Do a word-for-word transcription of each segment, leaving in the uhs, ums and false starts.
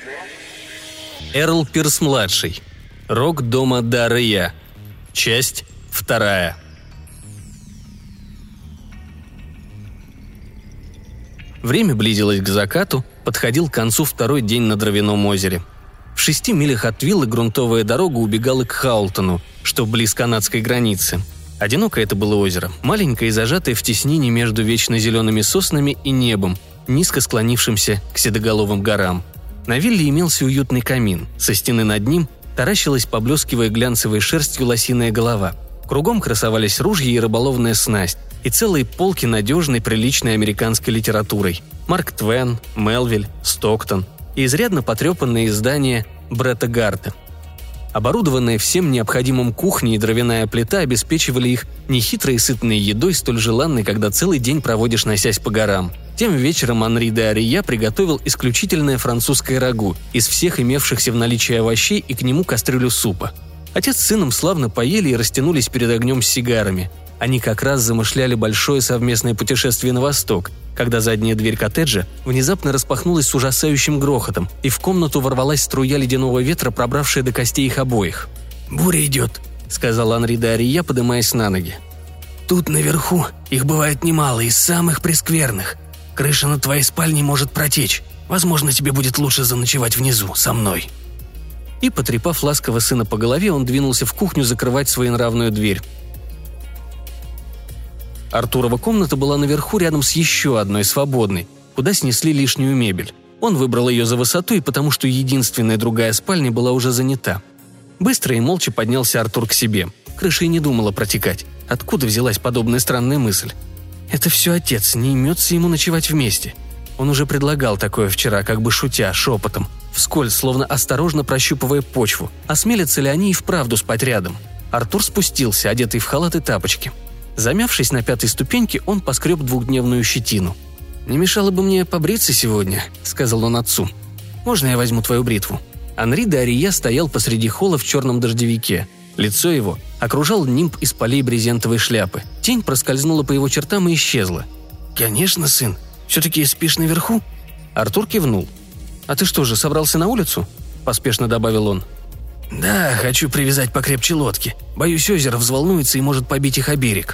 Эрл Пирс-младший. Рок дома Дарья. Часть вторая. Время близилось к закату, подходил к концу второй день на Дровяном озере. В шести милях от виллы грунтовая дорога убегала к Хаултону, что близ канадской границы. Одинокое это было озеро, маленькое и зажатое в теснине между вечно зелеными соснами и небом, низко склонившимся к седоголовым горам. На вилле имелся уютный камин, со стены над ним таращилась, поблескивая глянцевой шерстью, лосиная голова. Кругом красовались ружья и рыболовная снасть, и целые полки надежной, приличной американской литературой. Марк Твен, Мелвиль, Стоктон и изрядно потрепанные издания Бретта Гарта. Оборудованная всем необходимым кухня и дровяная плита обеспечивали их нехитрой и сытной едой, столь желанной, когда целый день проводишь, носясь по горам. Тем вечером Анри де Ария приготовил исключительное французское рагу из всех имевшихся в наличии овощей и к нему кастрюлю супа. Отец с сыном славно поели и растянулись перед огнем с сигарами. Они как раз замышляли большое совместное путешествие на восток, когда задняя дверь коттеджа внезапно распахнулась с ужасающим грохотом, и в комнату ворвалась струя ледяного ветра, пробравшая до костей их обоих. «Буря идет», — сказал Анри де Ария, подымаясь на ноги. «Тут наверху их бывает немало, из самых прескверных. Крыша над твоей спальней может протечь. Возможно, тебе будет лучше заночевать внизу, со мной». И, потрепав ласково сына по голове, он двинулся в кухню закрывать своенравную дверь. Артурова комната была наверху рядом с еще одной свободной, куда снесли лишнюю мебель. Он выбрал ее за высоту и потому, что единственная другая спальня была уже занята. Быстро и молча поднялся Артур к себе. Крыша и не думала протекать. Откуда взялась подобная странная мысль? Это все отец, не имется ему ночевать вместе. Он уже предлагал такое вчера, как бы шутя, шепотом, вскользь, словно осторожно прощупывая почву. Осмелятся ли они и вправду спать рядом? Артур спустился, одетый в халат и тапочки. Замявшись на пятой ступеньке, он поскреб двухдневную щетину. «Не мешало бы мне побриться сегодня», — сказал он отцу. «Можно я возьму твою бритву?» Анри де Ария стоял посреди холла в черном дождевике. Лицо его окружал нимб из полей брезентовой шляпы. Тень проскользнула по его чертам и исчезла. «Конечно, сын. Все-таки спишь наверху?» Артур кивнул. «А ты что же, собрался на улицу?» – поспешно добавил он. «Да, хочу привязать покрепче лодки. Боюсь, озеро взволнуется и может побить их о берег».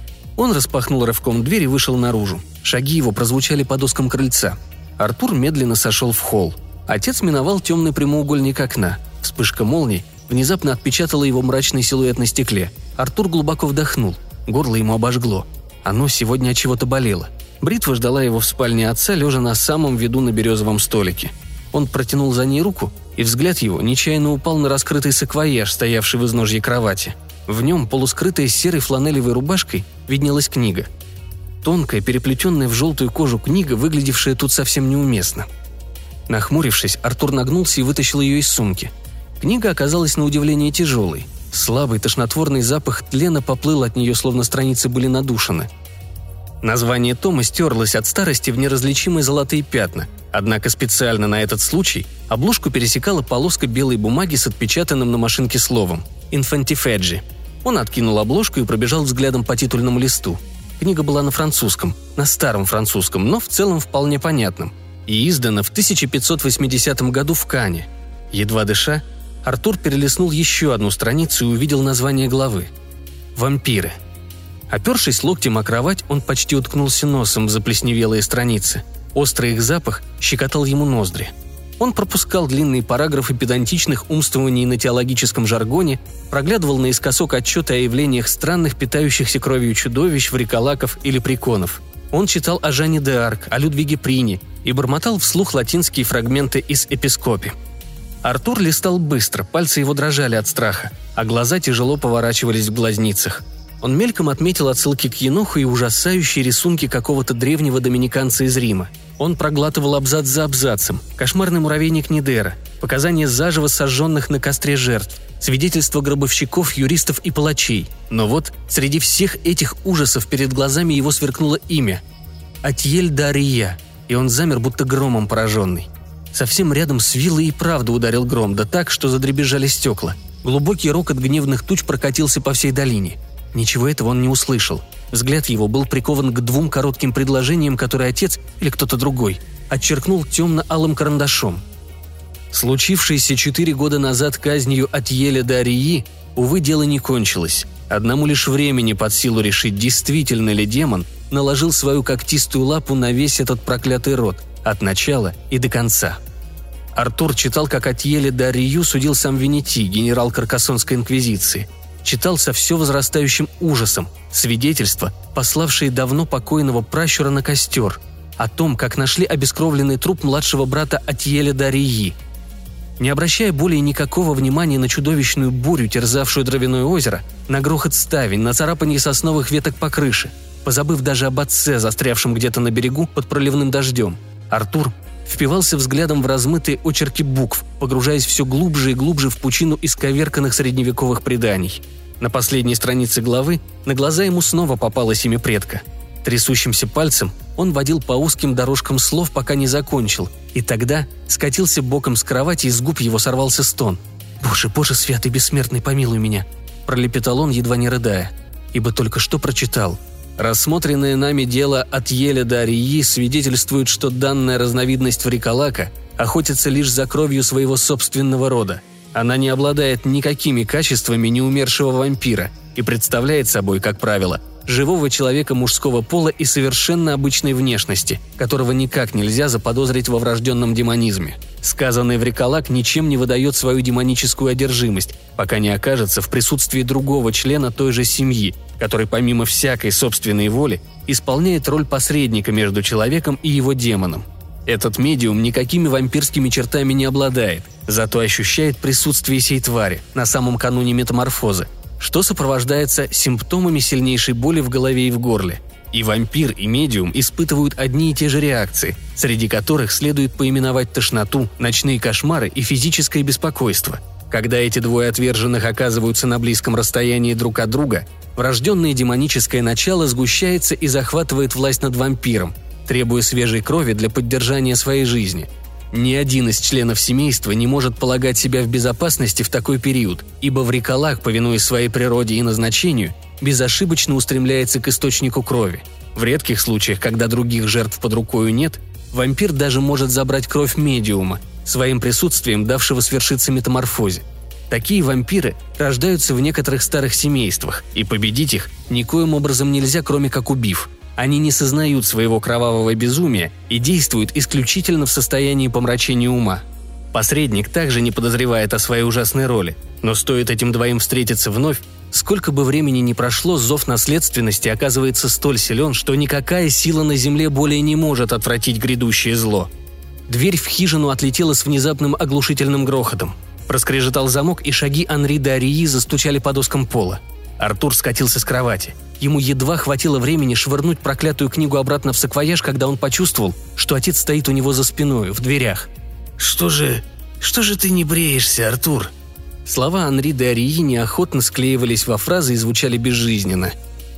Он распахнул рывком дверь и вышел наружу. Шаги его прозвучали по доскам крыльца. Артур медленно сошел в холл. Отец миновал темный прямоугольник окна. Вспышка молний внезапно отпечатала его мрачный силуэт на стекле. Артур глубоко вдохнул. Горло ему обожгло. Оно сегодня от чего-то болело. Бритва ждала его в спальне отца, лежа на самом виду на березовом столике. Он протянул за ней руку, и взгляд его нечаянно упал на раскрытый саквояж, стоявший в изножье кровати. В нем, полускрытая серой фланелевой рубашкой, виднелась книга. Тонкая, переплетенная в желтую кожу книга, выглядевшая тут совсем неуместно. Нахмурившись, Артур нагнулся и вытащил ее из сумки. Книга оказалась на удивление тяжелой. Слабый, тошнотворный запах тлена поплыл от нее, словно страницы были надушены. Название тома стерлось от старости в неразличимые золотые пятна, однако специально на этот случай обложку пересекала полоска белой бумаги с отпечатанным на машинке словом «Инфантифеджи». Он откинул обложку и пробежал взглядом по титульному листу. Книга была на французском, на старом французском, но в целом вполне понятном, и издана в тысяча пятьсот восьмидесятом году в Кане. Едва дыша, Артур перелистнул еще одну страницу и увидел название главы «Вампиры». Опершись локтем о кровать, он почти уткнулся носом в заплесневелые страницы. Острый их запах щекотал ему ноздри. Он пропускал длинные параграфы педантичных умствований на теологическом жаргоне, проглядывал наискосок отчеты о явлениях странных, питающихся кровью чудовищ, вриколаков или приконов. Он читал о Жанне де Арк, о Людвиге Прине и бормотал вслух латинские фрагменты из «Эпископи». Артур листал быстро, пальцы его дрожали от страха, а глаза тяжело поворачивались в глазницах. Он мельком отметил отсылки к Еноху и ужасающие рисунки какого-то древнего доминиканца из Рима. Он проглатывал абзац за абзацем, кошмарный муравейник Нидера, показания заживо сожженных на костре жертв, свидетельства гробовщиков, юристов и палачей. Но вот среди всех этих ужасов перед глазами его сверкнуло имя – Атьель де Ария, и он замер, будто громом пораженный. Совсем рядом с виллой и правда ударил гром, да так, что задребезжали стекла. Глубокий рокот гневных туч прокатился по всей долине. Ничего этого он не услышал. Взгляд его был прикован к двум коротким предложениям, которые отец или кто-то другой отчеркнул темно-алым карандашом. Случившееся четыре года назад казнью Атьеля Дарии, увы, дело не кончилось. Одному лишь времени под силу решить, действительно ли демон наложил свою когтистую лапу на весь этот проклятый род, от начала и до конца. Артур читал, как Атьеля Дарию судил сам Венети, генерал Каркассонской инквизиции. Читал со все возрастающим ужасом свидетельства, пославшие давно покойного пращура на костер, о том, как нашли обескровленный труп младшего брата Атьеля Дарии. Не обращая более никакого внимания на чудовищную бурю, терзавшую Дровяное озеро, на грохот ставень, на царапанье сосновых веток по крыше, позабыв даже об отце, застрявшем где-то на берегу под проливным дождем, Артур впивался взглядом в размытые очерки букв, погружаясь все глубже и глубже в пучину исковерканных средневековых преданий. На последней странице главы на глаза ему снова попалось имя предка. Трясущимся пальцем он водил по узким дорожкам слов, пока не закончил, и тогда скатился боком с кровати, и с губ его сорвался стон. «Боже, Боже святый бессмертный, помилуй меня!» – пролепетал он, едва не рыдая, ибо только что прочитал. Рассмотренное нами дело Атьеля Дарии свидетельствует, что данная разновидность вриколака охотится лишь за кровью своего собственного рода. Она не обладает никакими качествами неумершего вампира и представляет собой, как правило, живого человека мужского пола и совершенно обычной внешности, которого никак нельзя заподозрить во врожденном демонизме. Сказанный вриколак ничем не выдает свою демоническую одержимость, пока не окажется в присутствии другого члена той же семьи, который помимо всякой собственной воли исполняет роль посредника между человеком и его демоном. Этот медиум никакими вампирскими чертами не обладает, зато ощущает присутствие сей твари на самом кануне метаморфозы, что сопровождается симптомами сильнейшей боли в голове и в горле. И вампир, и медиум испытывают одни и те же реакции, среди которых следует поименовать тошноту, ночные кошмары и физическое беспокойство. Когда эти двое отверженных оказываются на близком расстоянии друг от друга, врожденное демоническое начало сгущается и захватывает власть над вампиром, требуя свежей крови для поддержания своей жизни. Ни один из членов семейства не может полагать себя в безопасности в такой период, ибо вриколак, повинуясь своей природе и назначению, безошибочно устремляется к источнику крови. В редких случаях, когда других жертв под рукою нет, вампир даже может забрать кровь медиума, своим присутствием давшего свершиться метаморфозе. Такие вампиры рождаются в некоторых старых семействах, и победить их никоим образом нельзя, кроме как убив. Они не сознают своего кровавого безумия и действуют исключительно в состоянии помрачения ума. Посредник также не подозревает о своей ужасной роли, но стоит этим двоим встретиться вновь, сколько бы времени ни прошло, зов наследственности оказывается столь силен, что никакая сила на земле более не может отвратить грядущее зло. Дверь в хижину отлетела с внезапным оглушительным грохотом. Проскрежетал замок, и шаги Анри Дарии застучали по доскам пола. Артур скатился с кровати. Ему едва хватило времени швырнуть проклятую книгу обратно в саквояж, когда он почувствовал, что отец стоит у него за спиной, в дверях. «Что же... что же ты не бреешься, Артур?» Слова Анри Дарии неохотно склеивались во фразы и звучали безжизненно.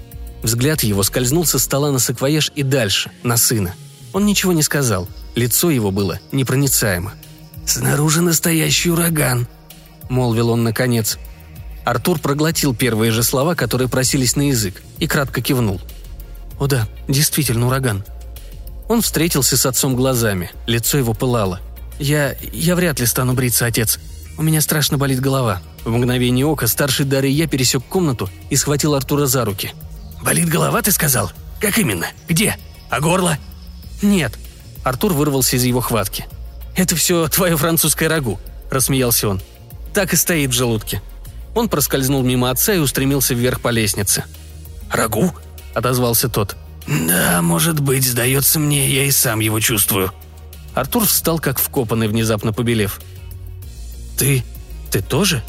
Взгляд его скользнул со стола на саквояж и дальше, на сына. Он ничего не сказал. Лицо его было непроницаемо. «Снаружи настоящий ураган», — молвил он наконец. Артур проглотил первые же слова, которые просились на язык, и кратко кивнул. «О да, действительно ураган». Он встретился с отцом глазами, лицо его пылало. «Я... я вряд ли стану бриться, отец. У меня страшно болит голова». В мгновение ока старший Дария пересек комнату и схватил Артура за руки. «Болит голова, ты сказал? Как именно? Где? А горло?» «Нет». Артур вырвался из его хватки. «Это все твое французское рагу», – рассмеялся он. «Так и стоит в желудке». Он проскользнул мимо отца и устремился вверх по лестнице. «Рагу?» – отозвался тот. «Да, может быть, сдается мне, я и сам его чувствую». Артур встал как вкопанный, внезапно побелев. «Ты... ты тоже?»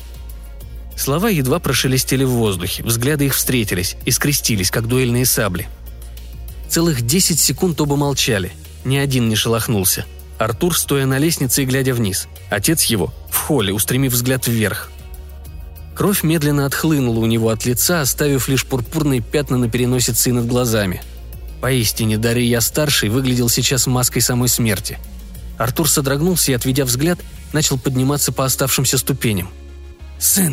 Слова едва прошелестели в воздухе, взгляды их встретились и скрестились, как дуэльные сабли. Целых десять секунд оба молчали, ни один не шелохнулся. Артур, стоя на лестнице и глядя вниз, отец его в холле, устремив взгляд вверх. Кровь медленно отхлынула у него от лица, оставив лишь пурпурные пятна на переносице и над глазами. Поистине, Дария-старший выглядел сейчас маской самой смерти. Артур содрогнулся и, отведя взгляд, начал подниматься по оставшимся ступеням. «Сын!»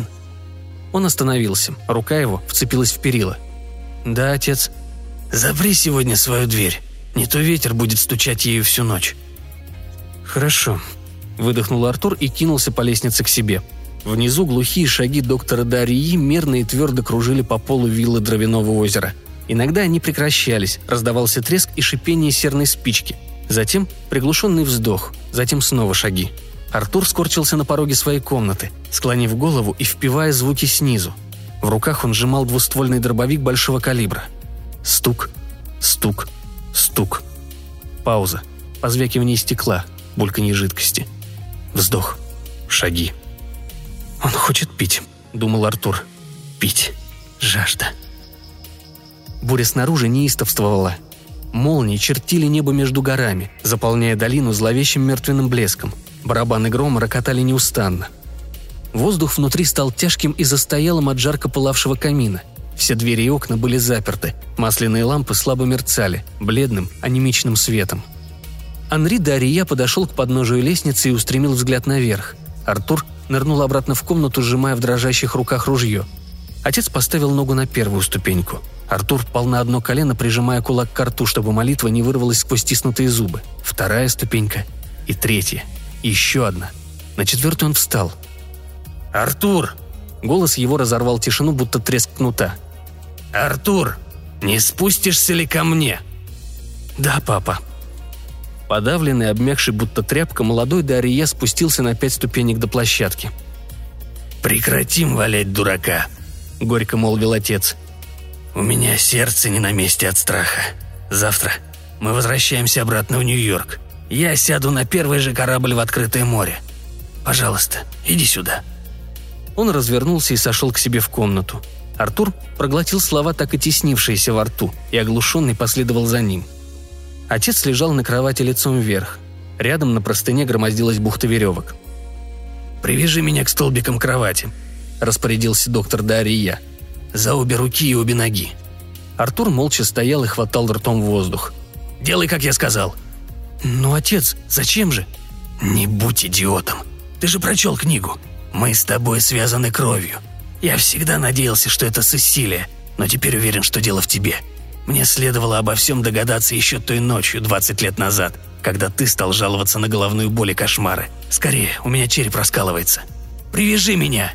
Он остановился, рука его вцепилась в перила. «Да, отец». «Запри сегодня свою дверь, не то ветер будет стучать ею всю ночь». «Хорошо». – выдохнул Артур и кинулся по лестнице к себе. Внизу глухие шаги доктора Дарьи мерно и твердо кружили по полу виллы Дровяного озера. Иногда они прекращались, раздавался треск и шипение серной спички. Затем приглушенный вздох, затем снова шаги. Артур скорчился на пороге своей комнаты, склонив голову и впивая звуки снизу. В руках он сжимал двуствольный дробовик большого калибра. Стук, стук, стук. Пауза, позвякивание стекла, бульканье жидкости. Вздох, шаги. «Он хочет пить», — думал Артур. «Пить. Жажда». Буря снаружи неистовствовала. Молнии чертили небо между горами, заполняя долину зловещим мертвенным блеском. Барабаны грома рокотали неустанно. Воздух внутри стал тяжким и застоялым от жарко пылавшего камина. Все двери и окна были заперты, масляные лампы слабо мерцали, бледным, анемичным светом. Анри Дарья подошел к подножию лестницы и устремил взгляд наверх. Артур нырнул обратно в комнату, сжимая в дрожащих руках ружье. Отец поставил ногу на первую ступеньку. Артур пал на одно колено, прижимая кулак к рту, чтобы молитва не вырвалась сквозь стиснутые зубы. Вторая ступенька и третья. И еще одна. На четвертую он встал. «Артур!» Голос его разорвал тишину, будто треск кнута. «Артур, не спустишься ли ко мне?» «Да, папа». Подавленный, обмякший, будто тряпка, молодой Дарья спустился на пять ступенек до площадки. «Прекратим валять дурака», — горько молвил отец. «У меня сердце не на месте от страха. Завтра мы возвращаемся обратно в Нью-Йорк. Я сяду на первый же корабль в открытое море. Пожалуйста, иди сюда». Он развернулся и сошел к себе в комнату. Артур проглотил слова, так и теснившиеся во рту, и оглушенный последовал за ним. Отец лежал на кровати лицом вверх. Рядом на простыне громоздилась бухта веревок. «Привяжи меня к столбикам кровати», – распорядился доктор Дарья. «За обе руки и обе ноги». Артур молча стоял и хватал ртом воздух. «Делай, как я сказал». «Но, отец, зачем же?» «Не будь идиотом. Ты же прочел книгу. Мы с тобой связаны кровью. Я всегда надеялся, что это Сесилия, но теперь уверен, что дело в тебе. Мне следовало обо всем догадаться еще той ночью, двадцать лет назад, когда ты стал жаловаться на головную боль и кошмары. Скорее, у меня череп раскалывается. Привяжи меня!»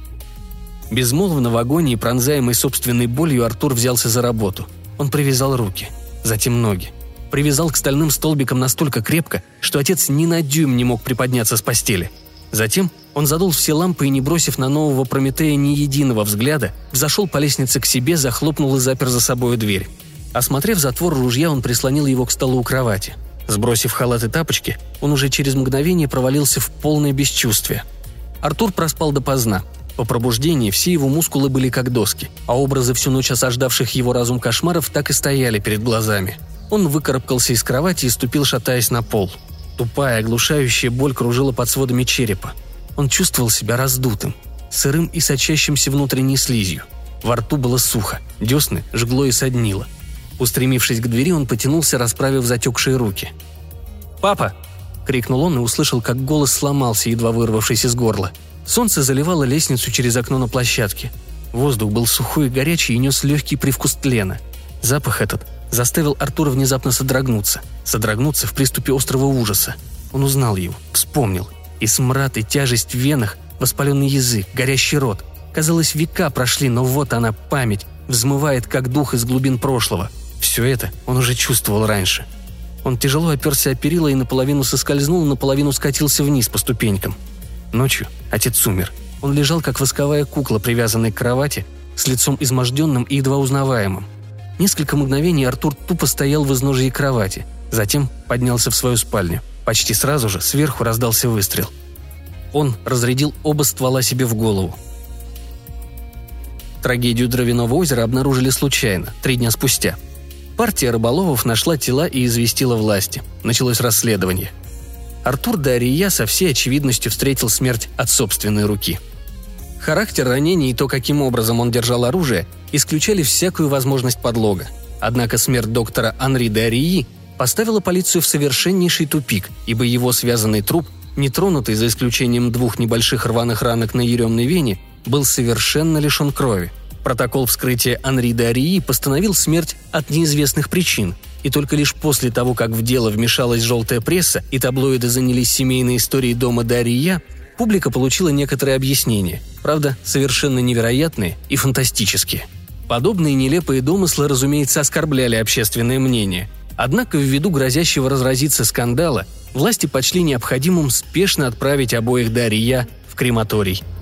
Безмолвно в агонии, пронзаемый собственной болью, Артур взялся за работу. Он привязал руки, затем ноги. Привязал к стальным столбикам настолько крепко, что отец ни на дюйм не мог приподняться с постели. Затем он задул все лампы и, не бросив на нового Прометея ни единого взгляда, взошел по лестнице к себе, захлопнул и запер за собою дверь. Осмотрев затвор ружья, он прислонил его к столу у кровати. Сбросив халат и тапочки, он уже через мгновение провалился в полное бесчувствие. Артур проспал допоздна. По пробуждении все его мускулы были как доски, а образы всю ночь осаждавших его разум кошмаров так и стояли перед глазами. Он выкарабкался из кровати и ступил, шатаясь на пол. Тупая, оглушающая боль кружила под сводами черепа. Он чувствовал себя раздутым, сырым и сочащимся внутренней слизью. Во рту было сухо, десны жгло и соднило. Устремившись к двери, он потянулся, расправив затекшие руки. «Папа!» – крикнул он и услышал, как голос сломался, едва вырвавшись из горла. Солнце заливало лестницу через окно на площадке. Воздух был сухой и горячий и нес легкий привкус тлена. Запах этот заставил Артура внезапно содрогнуться. Содрогнуться в приступе острого ужаса. Он узнал его, вспомнил. И смрад, и тяжесть в венах, воспаленный язык, горящий рот. Казалось, века прошли, но вот она, память, взмывает, как дух из глубин прошлого. Все это он уже чувствовал раньше. Он тяжело оперся о перила и наполовину соскользнул, наполовину скатился вниз по ступенькам. Ночью отец умер. Он лежал, как восковая кукла, привязанная к кровати, с лицом изможденным и едва узнаваемым. Несколько мгновений Артур тупо стоял в изножье кровати, затем поднялся в свою спальню. Почти сразу же сверху раздался выстрел. Он разрядил оба ствола себе в голову. Трагедию Дровяного озера обнаружили случайно, три дня спустя. Партия рыболовов нашла тела и известила власти. Началось расследование. Артур Дарья со всей очевидностью встретил смерть от собственной руки. Характер ранений и то, каким образом он держал оружие, исключали всякую возможность подлога. Однако смерть доктора Анри Дарьи поставила полицию в совершеннейший тупик, ибо его связанный труп, нетронутый за исключением двух небольших рваных ранок на еремной вене, был совершенно лишен крови. Протокол вскрытия Анри Дарьи постановил смерть от неизвестных причин. и только лишь после того, как в дело вмешалась желтая пресса и таблоиды занялись семейной историей дома Дарья, публика получила некоторые объяснения, правда, совершенно невероятные и фантастические. Подобные нелепые домыслы, разумеется, оскорбляли общественное мнение. Однако ввиду грозящего разразиться скандала, власти почли необходимым спешно отправить обоих Дарья в крематорий.